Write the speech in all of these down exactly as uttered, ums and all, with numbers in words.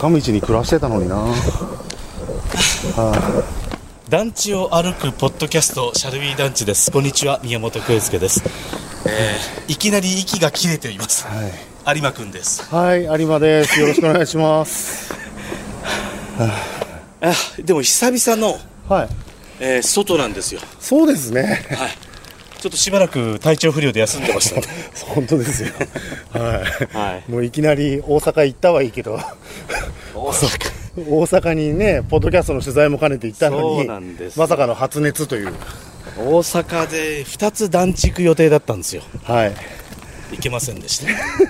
坂道に暮らしてたのにな。は団地を歩くポッドキャストシャルウィー団地です。こんにちは、宮本圭介です。えー、いきなり息が切れています、はい、有馬くんです。 はい、有馬です。よろしくお願いしますあ、でも久々の、 はい、 えー、外なんですよ。 そうですね、 はい、ちょっとしばらく体調不良で休んでましたね本当ですよはい、 はい、 もういきなり大阪行ったはいいけど大阪大阪にね、ポッドキャストの取材も兼ねて行ったのに、 そうなんです。 まさかの発熱という。 大阪でふたつ団地行く予定だったんですよ。 はい、 行けませんでした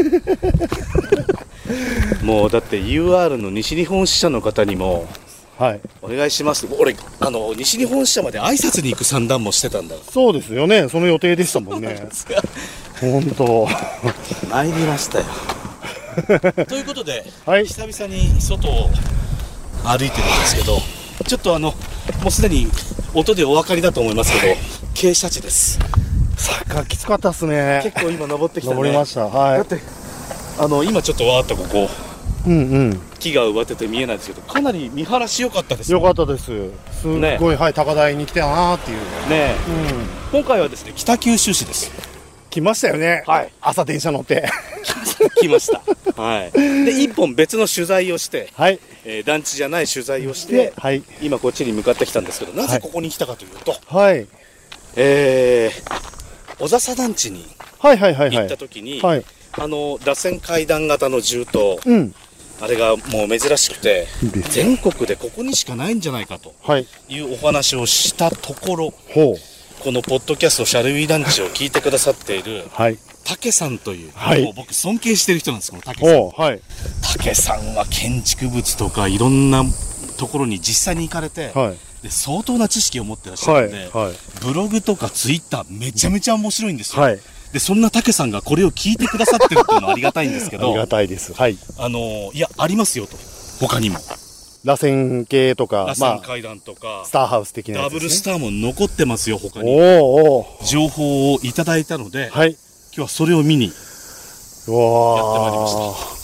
もうだって ユーアール の西日本支社の方にも、はい、お願いしますって。俺あの西日本支社まで挨拶に行く算段もしてたんだ。 そうですよね、その予定でしたもんね。本当参りましたよということで、 はい、 久々に外を歩いてるんですけど、ちょっとあのもうすでに音でお分かりだと思いますけど、傾斜地です。 坂きつかったっすね。 結構今登ってきたね。 登りました、はい、 だってあの今ちょっとわーっとここ、うんうん、木が植わってて見えないですけど、かなり見晴らし良かったです。 良かったです。すっごい、ね、はい、高台に来たなーっていうね、うん、今回はですね、北九州市です。 来ましたよね、はい、朝電車乗って来ました、はい、で一本別の取材をして、はい、えー、団地じゃない取材をして、はい、今こっちに向かってきたんですけど、なぜここに来たかというと、はい、えー、小笹団地に行った時に、はいはいはいはい、あの螺旋階段型の銃刀、うん、あれがもう珍しくて全国でここにしかないんじゃないかというお話をしたところ、はい、このポッドキャストシャルウィー団地を聞いてくださっている、はい、竹さんという、はい、僕尊敬してる人なんです。この竹さん、はい、竹さんは建築物とかいろんなところに実際に行かれて、はい、で相当な知識を持ってらっしゃるので、はいはい、ブログとかツイッターめちゃめちゃ面白いんですよ、はい、でそんな竹さんがこれを聞いてくださってるっていうのはありがたいんですけどありがたいです、はい、 あのいやありますよと、他にも螺旋系とか、 螺旋階段とか、まあ、 スターハウス的なやつですね。 ダブルスターも残ってますよ、他に。 おーおー情報をいただいたので、はい、今日はそれを見にやってまいりました。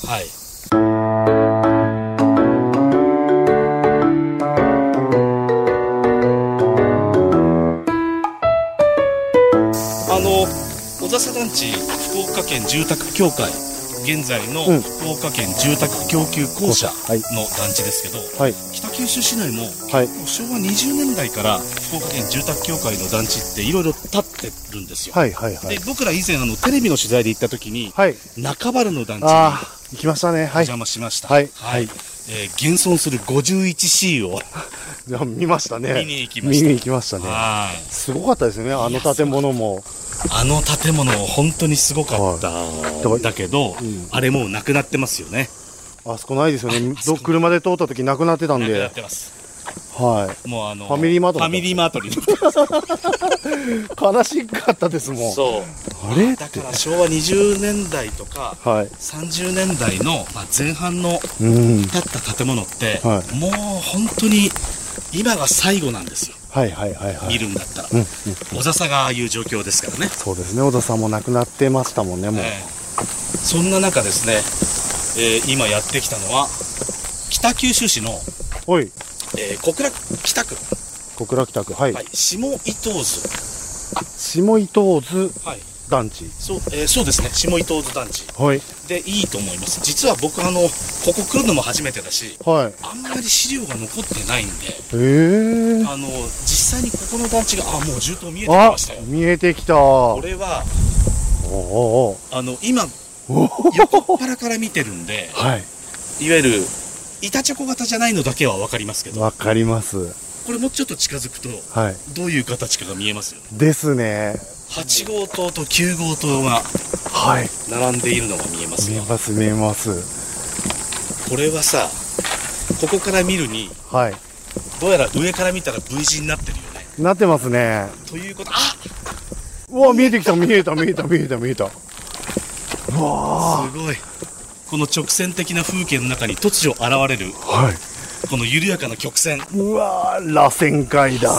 はい。あの小笹団地福岡県住宅協会、現在の福岡県住宅供給公社の団地ですけど、はい、北九州市内も、はい、しょうわにじゅうねんだいから福岡県住宅協会の団地っていろいろ建ってるんですよ、はいはいはい、で僕ら以前あのテレビの取材で行った時に、はい、中原の団地に行きましたね、 はい、お邪魔しました、 はいはい、 えー、現存する ごじゅういちシー を見ましたね。 見に行きました。 見に行きましたね。はい、すごかったですね、あの建物も。 あの建物本当にすごかった、はい、だけど、うん、あれもうなくなってますよね。 あそこないですよね。車で通った時なくなってたんで。 なくなってます。 はい。 もうあのファミリーマート。 ファミリーマートに悲しかったですもん。 そう。あれだからしょうわにじゅうねんだいとか、はい、さんじゅうねんだいの前半の建った建物って、うん、はい、もう本当に今が最後なんですよ。はいはいはいはい、見るんだったら、うんうん、小笹がああいう状況ですからね。 そうですね、小笹もなくなってましたもんね、もう、 えー、そんな中ですね、えー、今やってきたのは北九州市の、はい、えー、小倉北区小倉北区、はい、はい、 下伊東津下伊東津団地、 そう、えー、そうですね、下伊東津団地、はい、でいいと思います。実は僕あのここ来るのも初めてだし、はい、あんまり資料が残ってないんで、へー、あの実際にここの団地が、あ、もう銃刀見えてきましたよ。 見えてきた。 これはおあの今横っ腹から見てるんで、はい、いわゆる板チョコ型じゃないのだけは分かりますけど、 分かります。 これもうちょっと近づくと、はい、どういう形かが見えますよね。 ですね。 はちごうとうときゅうごうとうが並んでいるのが見えますよ。 見えます見えます。 これはさ、ここから見るに、はい、どうやら上から見たら V 字になってるよね。 なってますね。 ということ、あ、 うわ、見えてきた見えた見えた見えた見えた。うわ、 すごい。この直線的な風景の中に突如現れる、はい、この緩やかな曲線。 うわー、螺旋階段。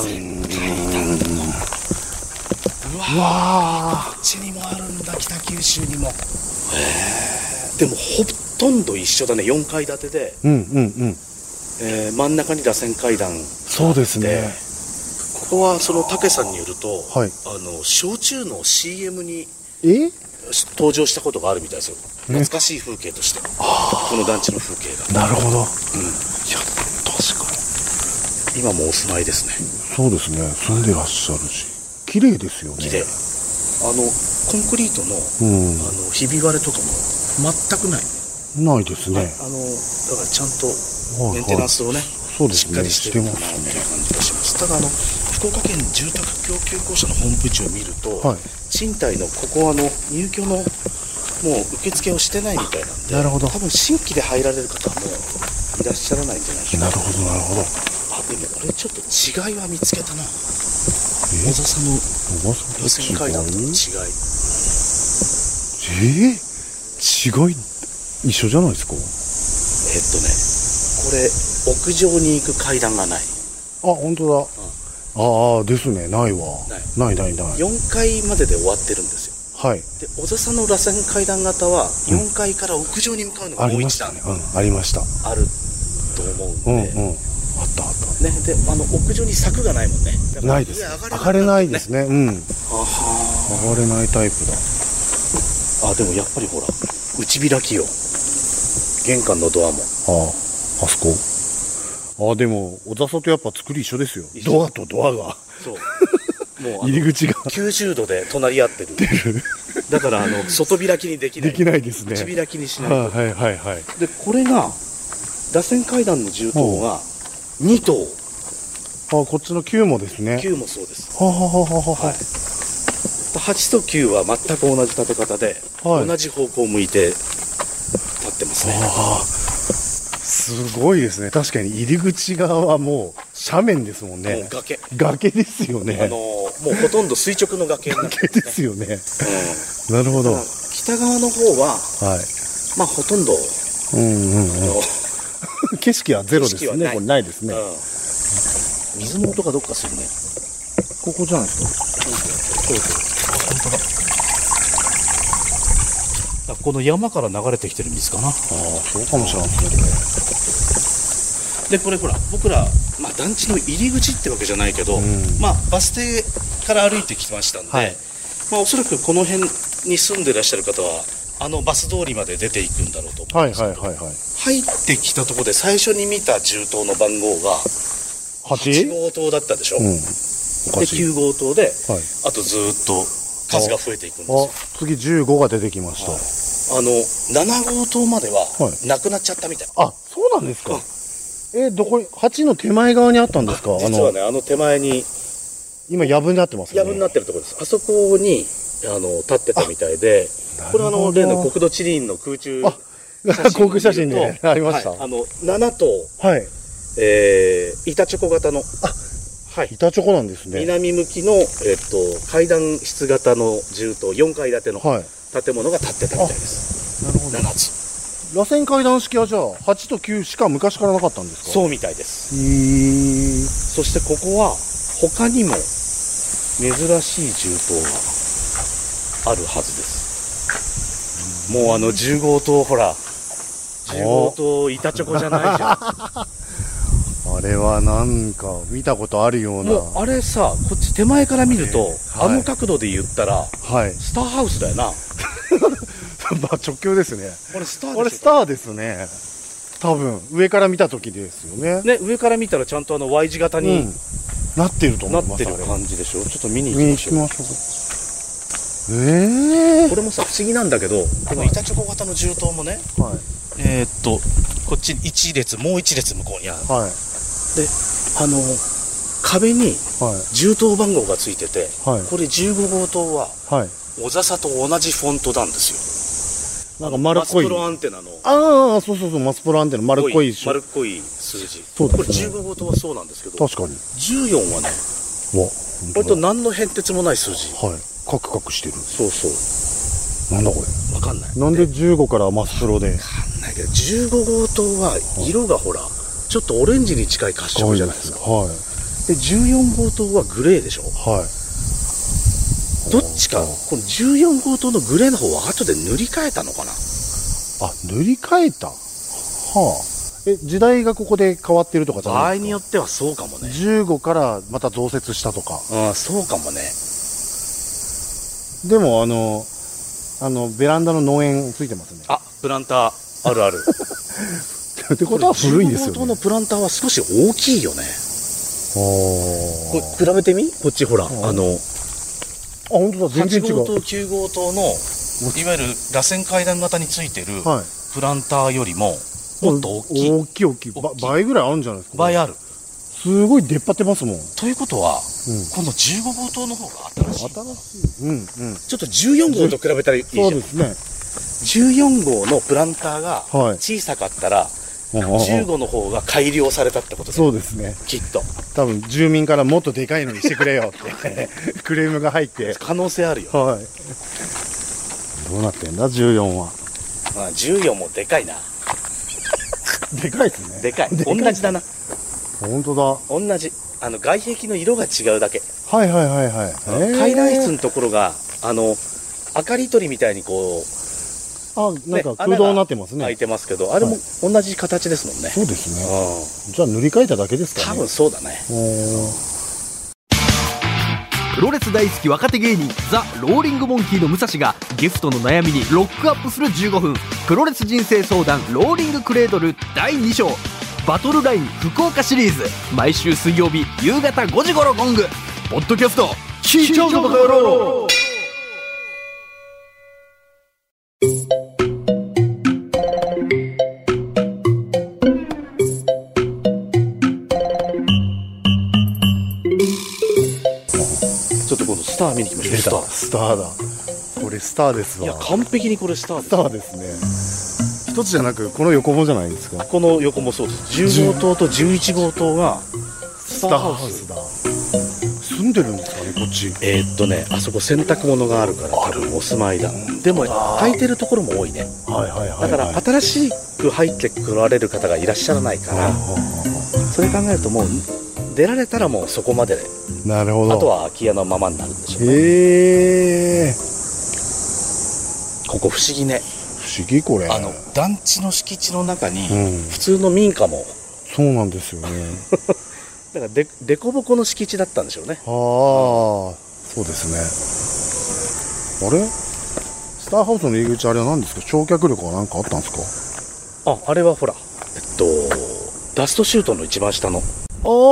うわー、こっちにもあるんだ、北九州にも。へー、でもほとんど一緒だね。よんかい建てで、 うんうんうん、 えー、真ん中に螺旋階段があって、 そうですね。 ここはその武さんによると、 はい、 あの焼酎の シーエム にえ登場したことがあるみたいですよ。懐かしい風景として、この団地の風景が。 なるほど、うん、いや確かに今もお住まいですね。 そうですね、住んでらっしゃるし綺麗ですよね。 綺麗。あのコンクリートの、うん、あのひび割れとかも全くないないですね。 あのだからちゃんとメンテナンスをね、はいはい、しっかりしてるかなという感じがします。ただあの福岡県住宅供給公社のホームページを見ると、はい、賃貸のここはあの入居のもう受付をしてないみたいなんで、 なるほど、 多分新規で入られる方はもういらっしゃらないんじゃないでしょうか。 なるほどなるほど。 あ、でも俺ちょっと違いは見つけたな。小笹の螺旋階段との違い。 えー、違い一緒じゃないですか。えっとね、これ屋上に行く階段がない。 あ、本当だ、うん、ああですね、ないわ。ないないないない。 よんかいまでで終わってるんですよ。はい。で小笹の螺旋階段型はよんかいから屋上に向かうのがもう一段、 うん、ありました、ね、うん、 あると思うんで、うんうん、 あったあったね。であの屋上に柵がないもんね。 ないです。上がれないですね。うん。あは上がれないタイプだ。 あ、でもやっぱりほら内開きよ。玄関のドアも。 ああ、あそこ。あ、でも小笹とやっぱ作り一緒ですよ。ドアとドアが。そう。もう入り口がきゅうじゅうどで隣り合ってる。だからあの外開きにできない。 できないですね。 内開きにしないと。 はいはいはいはい。 でこれが螺旋階段の銃刀がにとう。 あ、こっちのきゅうもですね。 きゅうもそうです。 ははははは。はい。 はちときゅうは全く同じ建て方で、はい、同じ方向を向いて立ってますね。 あ、すごいですね。確かに入り口側はもう斜面ですもんね。もう崖。 崖ですよね。 あのもうほとんど垂直の崖になってますね。 崖ですよね。うん、なるほど。 北側の方は、はい、まあほとんど、 うんうんうん、景色はゼロですね。これないですね。うん、 水の音がどっかするね。 ここじゃないですか。そうそう。 本当だ。この山から流れてきてる水かな。ああ、 そうかもしれないですね。でこれほら僕ら、まあ、団地の入り口ってわけじゃないけど、うん、まあバス停から歩いてきましたんで、はい、まあ、おそらくこの辺に住んでいらっしゃる方はあのバス通りまで出ていくんだろうと思うんですけど、はいはいはいはい、入ってきたところで最初に見た銃刀の番号がはちごうとうだったでしょ、うん、できゅうごうとうで、はい、あとずっと数が増えていくんですよ。 次じゅうごが出てきました。 はい、あのななごうとうまではなくなっちゃったみたい。 あ、そうなんですか。うん、えどこはちの手前側にあったんですか。 実はね、あの手前に今藪になってますね。 藪になってるところです。あそこにあの立ってたみたいで、これはあの例の国土地理院の空中航空写真で、ね、ありました。 はい、あのななとう、はい、えー、板チョコ型の、 あ、はい、板チョコなんですね。 南向きの、えっと、階段室型の銃刀よんかい建ての建物が建ってたみたいです。 なるほど。 ななつ。 螺旋階段式はじゃあはちときゅうしか昔からなかったんですか。 そうみたいです。へー。そしてここは他にも珍しい銃刀があるはずです。もうあのじゅうごうとう、ほらじゅうごうとう板チョコじゃないじゃん。 あれはなんか見たことあるような。 もうあれさ、こっち手前から見ると、はい、あの角度で言ったら、はい、スターハウスだよな。 まあ直球ですね。 これスターです。 これスターですね。多分上から見た時ですよね。 ね、上から見たらちゃんとあの Y 字型に、うん、 なってると思います。 なってる感じでしょ。ちょっと見に行きましょう。 えー、 これもさ不思議なんだけど、この板チョコ型の銃刀もね、はい、えー、っとこっちいち列もういち列向こうにある。はい、であの壁に銃刀番号がついてて、はい、これじゅうごごうとうは、はい、小笹と同じフォントなんですよ。 なんか丸っこいマスプロアンテナの、 ああそうそうそう、マスプロアンテナ丸っこい丸っこい数字。 そうですね、 これじゅうごごうとうはそうなんですけど、 確かにじゅうよんはね、割と何の変哲もない数字。 はい、カクカクしてる。 そうそう。 なんだこれ。 わかんない。 なんでじゅうごからマスプロで。わかんないけど、じゅうごごうとうは色がほら、ちょっとオレンジに近い褐色じゃないですか。はい。でじゅうよんごうとうはグレーでしょ。はい。どっちか、このじゅうよんごうとうのグレーの方は後で塗り替えたのかな。 あ、塗り替えた。はあ。え、時代がここで変わってるとかじゃないですか？ 場合によってはそうかもね。 じゅうごからまた増設したとか。 ああ、そうかもね。 でもあの、あの、ベランダの農園ついてますね。 あ、プランター、あるある。 ってことは古いんですよね。 じゅうご号棟のプランターは少し大きいよね。これ比べてみ？こっちほら、あの、 あ、本当だ、全然違う。 はち号棟、きゅう号棟の、いわゆる螺旋階段型についてるプランターよりも、もっと大きい。 大きい大きい。倍ぐらいあるんじゃないですか。 倍ある。 すごい出っ張ってますもん。 ということは、うん、このじゅうご号棟の方が新しい。 新しい。うんうん。 ちょっとじゅうよん号と比べたらいいじゃん。 そうですね。 じゅうよん号のプランターが小さかったら、はい、じゅうごの方が改良されたってことだよ。 そうですね。 きっと。 多分住民からもっとでかいのにしてくれよってクレームが入って。 可能性あるよ。 はい。どうなってんだ、じゅうよんは。 まあ、じゅうよんもでかいな。 でかいですね。 でかい。同じだな。 本当だ。 同じ。あの、外壁の色が違うだけ。 はいはいはいはい。 階段室のところが、あの、明かり取りみたいにこう、 あ、なんか空洞になってますね。 開いてますけど、あれも同じ形ですもんね。 そうですね。じゃあ塗り替えただけですかね。 多分そうだね。 プロレス大好き若手芸人ザ・ローリングモンキーの武蔵がゲストの悩みにロックアップするじゅうごふんプロレス人生相談ローリングクレードルだいに章バトルライン福岡シリーズ毎週水曜日夕方ごじ頃ゴングポッドキャスト聞いちゃうぞバカ野郎。 スター見に行きましょう。 スター、スターだ。これスターですわ。 いや、完璧にこれスターです。 スターですね。一つじゃなく、この横もじゃないですか。 この横もそうです。じゅう号棟とじゅういち号棟がスターハウスだ。住んでるんですかね、こっち。 えー、っとね、あそこ洗濯物があるから多分お住まいだ。でも履いてるところも多いね。 はいはいはい、はい。 だから新しく入ってこられる方がいらっしゃらないから、それ考えるともう出られたらもうそこまでで。 なるほど。 あとは空き家のままになるんでしょうね。 へえ。 ここ不思議ね。 不思議これ。 あの団地の敷地の中に普通の民家も、うん、 そうなんですよね。 だからででこぼこの敷地だったんでしょうね。 ああ、そうですね。あれ？スターハウスの入り口あれは何ですか？焼却力は何かあったんですか？ あ、あれはほら、えっとダストシュートの一番下の。 ああ、うん、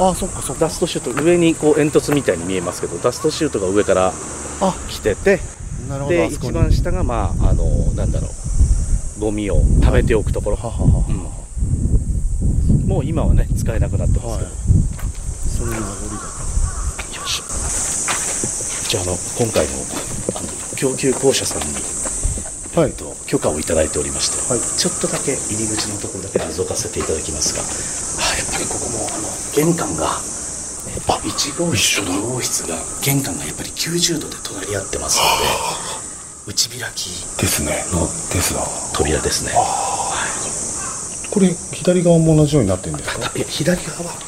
ああ、そっかそっか。 ダストシュート上にこう煙突みたいに見えますけど、ダストシュートが上から来てて、 なるほど。 で一番下がまああのなんだろう、ゴミを食べておくところ。はははは、うん、もう今はね使えなくなってますけど、はい、 その名残だ。 よいしょ。じゃあ、あの今回のあの供給公社さんに、はい、えっと許可をいただいておりまして、はい、ちょっとだけ入り口のところだけ覗かせていただきますが、あ、やっぱりここもあの玄関がいち号室とに号室が玄関がやっぱりきゅうじゅうどで隣り合ってますので、内開きですね。 のですわ。 扉ですね。 はい、これ左側も同じようになってるんですか？ いや、左側は、はい、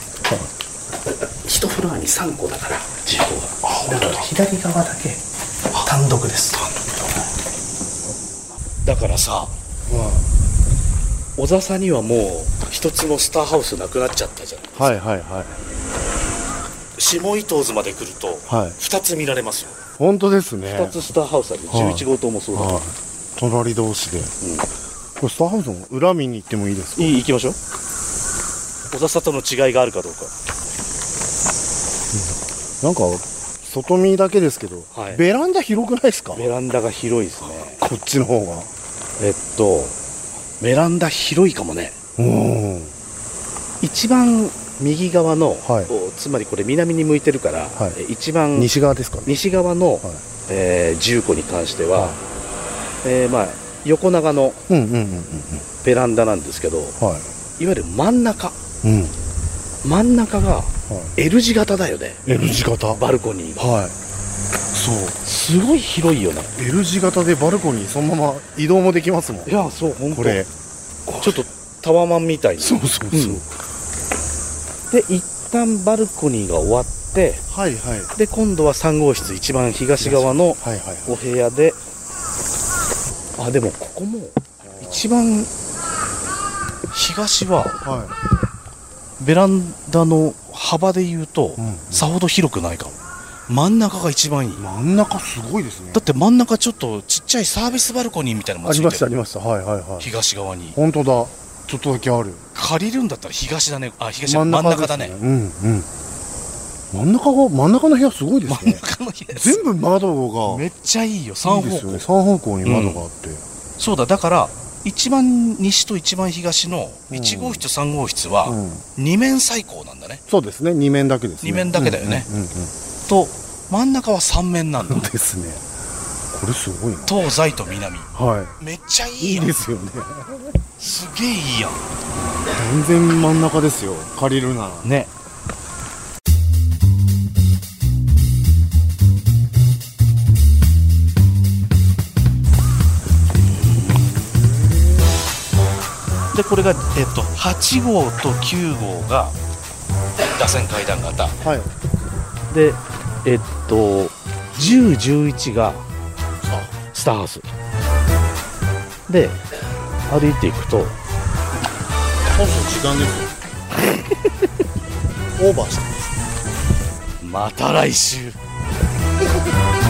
いちフロアにさんこだからじゅうごが、だから左側だけ単独です。単独だ。だからさ、うん、小笹にはもう一つのスターハウスなくなっちゃったじゃないですか。 はいはいはい。 下伊東津まで来るとふたつ見られますよ。 本当ですね。 ふたつスターハウスある。じゅういち号棟もそうだ、はい、 隣同士で、うん、これスターハウスの裏見に行ってもいいですか？ いい、行きましょう。小笹との違いがあるかどうか、 うん、なんか外見だけですけど、はい、ベランダ広くないですか？ ベランダが広いですね。 こっちの方がえっとベランダ広いかもね。 うん、 一番右側の、 はい、 つまりこれ南に向いてるから、はい、一番西側ですかね。 西側の、はい、えー、じゅう戸に関しては、はい、えー、まあ横長のベランダなんですけど、はい、いわゆる真ん中、うん、真ん中が L 字型だよね。 L 字型バルコニーが、 はい、そうすごい広いよね。 L 字型でバルコニーそのまま移動もできますもん。 いや、そう、本当これちょっとタワマンみたいな。 そうそうそう、うん、 で一旦バルコニーが終わって、 はいはい、 で今度はさん号室一番東側のお部屋で、あ、でもここも一番東は、 はベランダの幅で言うと、 うんうん、 さほど広くないかも。真ん中が一番いい。 真ん中すごいですね。 だって真ん中ちょっとちっちゃいサービスバルコニーみたいなのもついてる。 ありましたありました。はいはいはい。 東側に。 本当だ。ちょっとだけある。 借りるんだったら東だね。あ、東真ん中、真ん中だね。 うんうん。真ん中が真ん中の部屋すごいですね。 真ん中の部屋全部窓がめっちゃいいよ。三方向。いいですよね。 三方向に窓があって。うん、 そうだ。だから一番西と一番東のいち号室さん号室は二面採光なんだね。 そうですね。二面だけですね。 二面だけだよね。うんうんうんうん、と真ん中は三面なんだ。 ですね。これすごいな。 東西と南。 はい。 めっちゃいいやん。 いいですよね。 すげえいいやん。 全然真ん中ですよ。借りるなら。 ね。でこれが、えっと、はち号ときゅう号が螺旋階段型、 はい、 でえっとじゅう、じゅういちがスターハウスで歩いていくとそろそろ時間ですよオーバーしてます。 また来週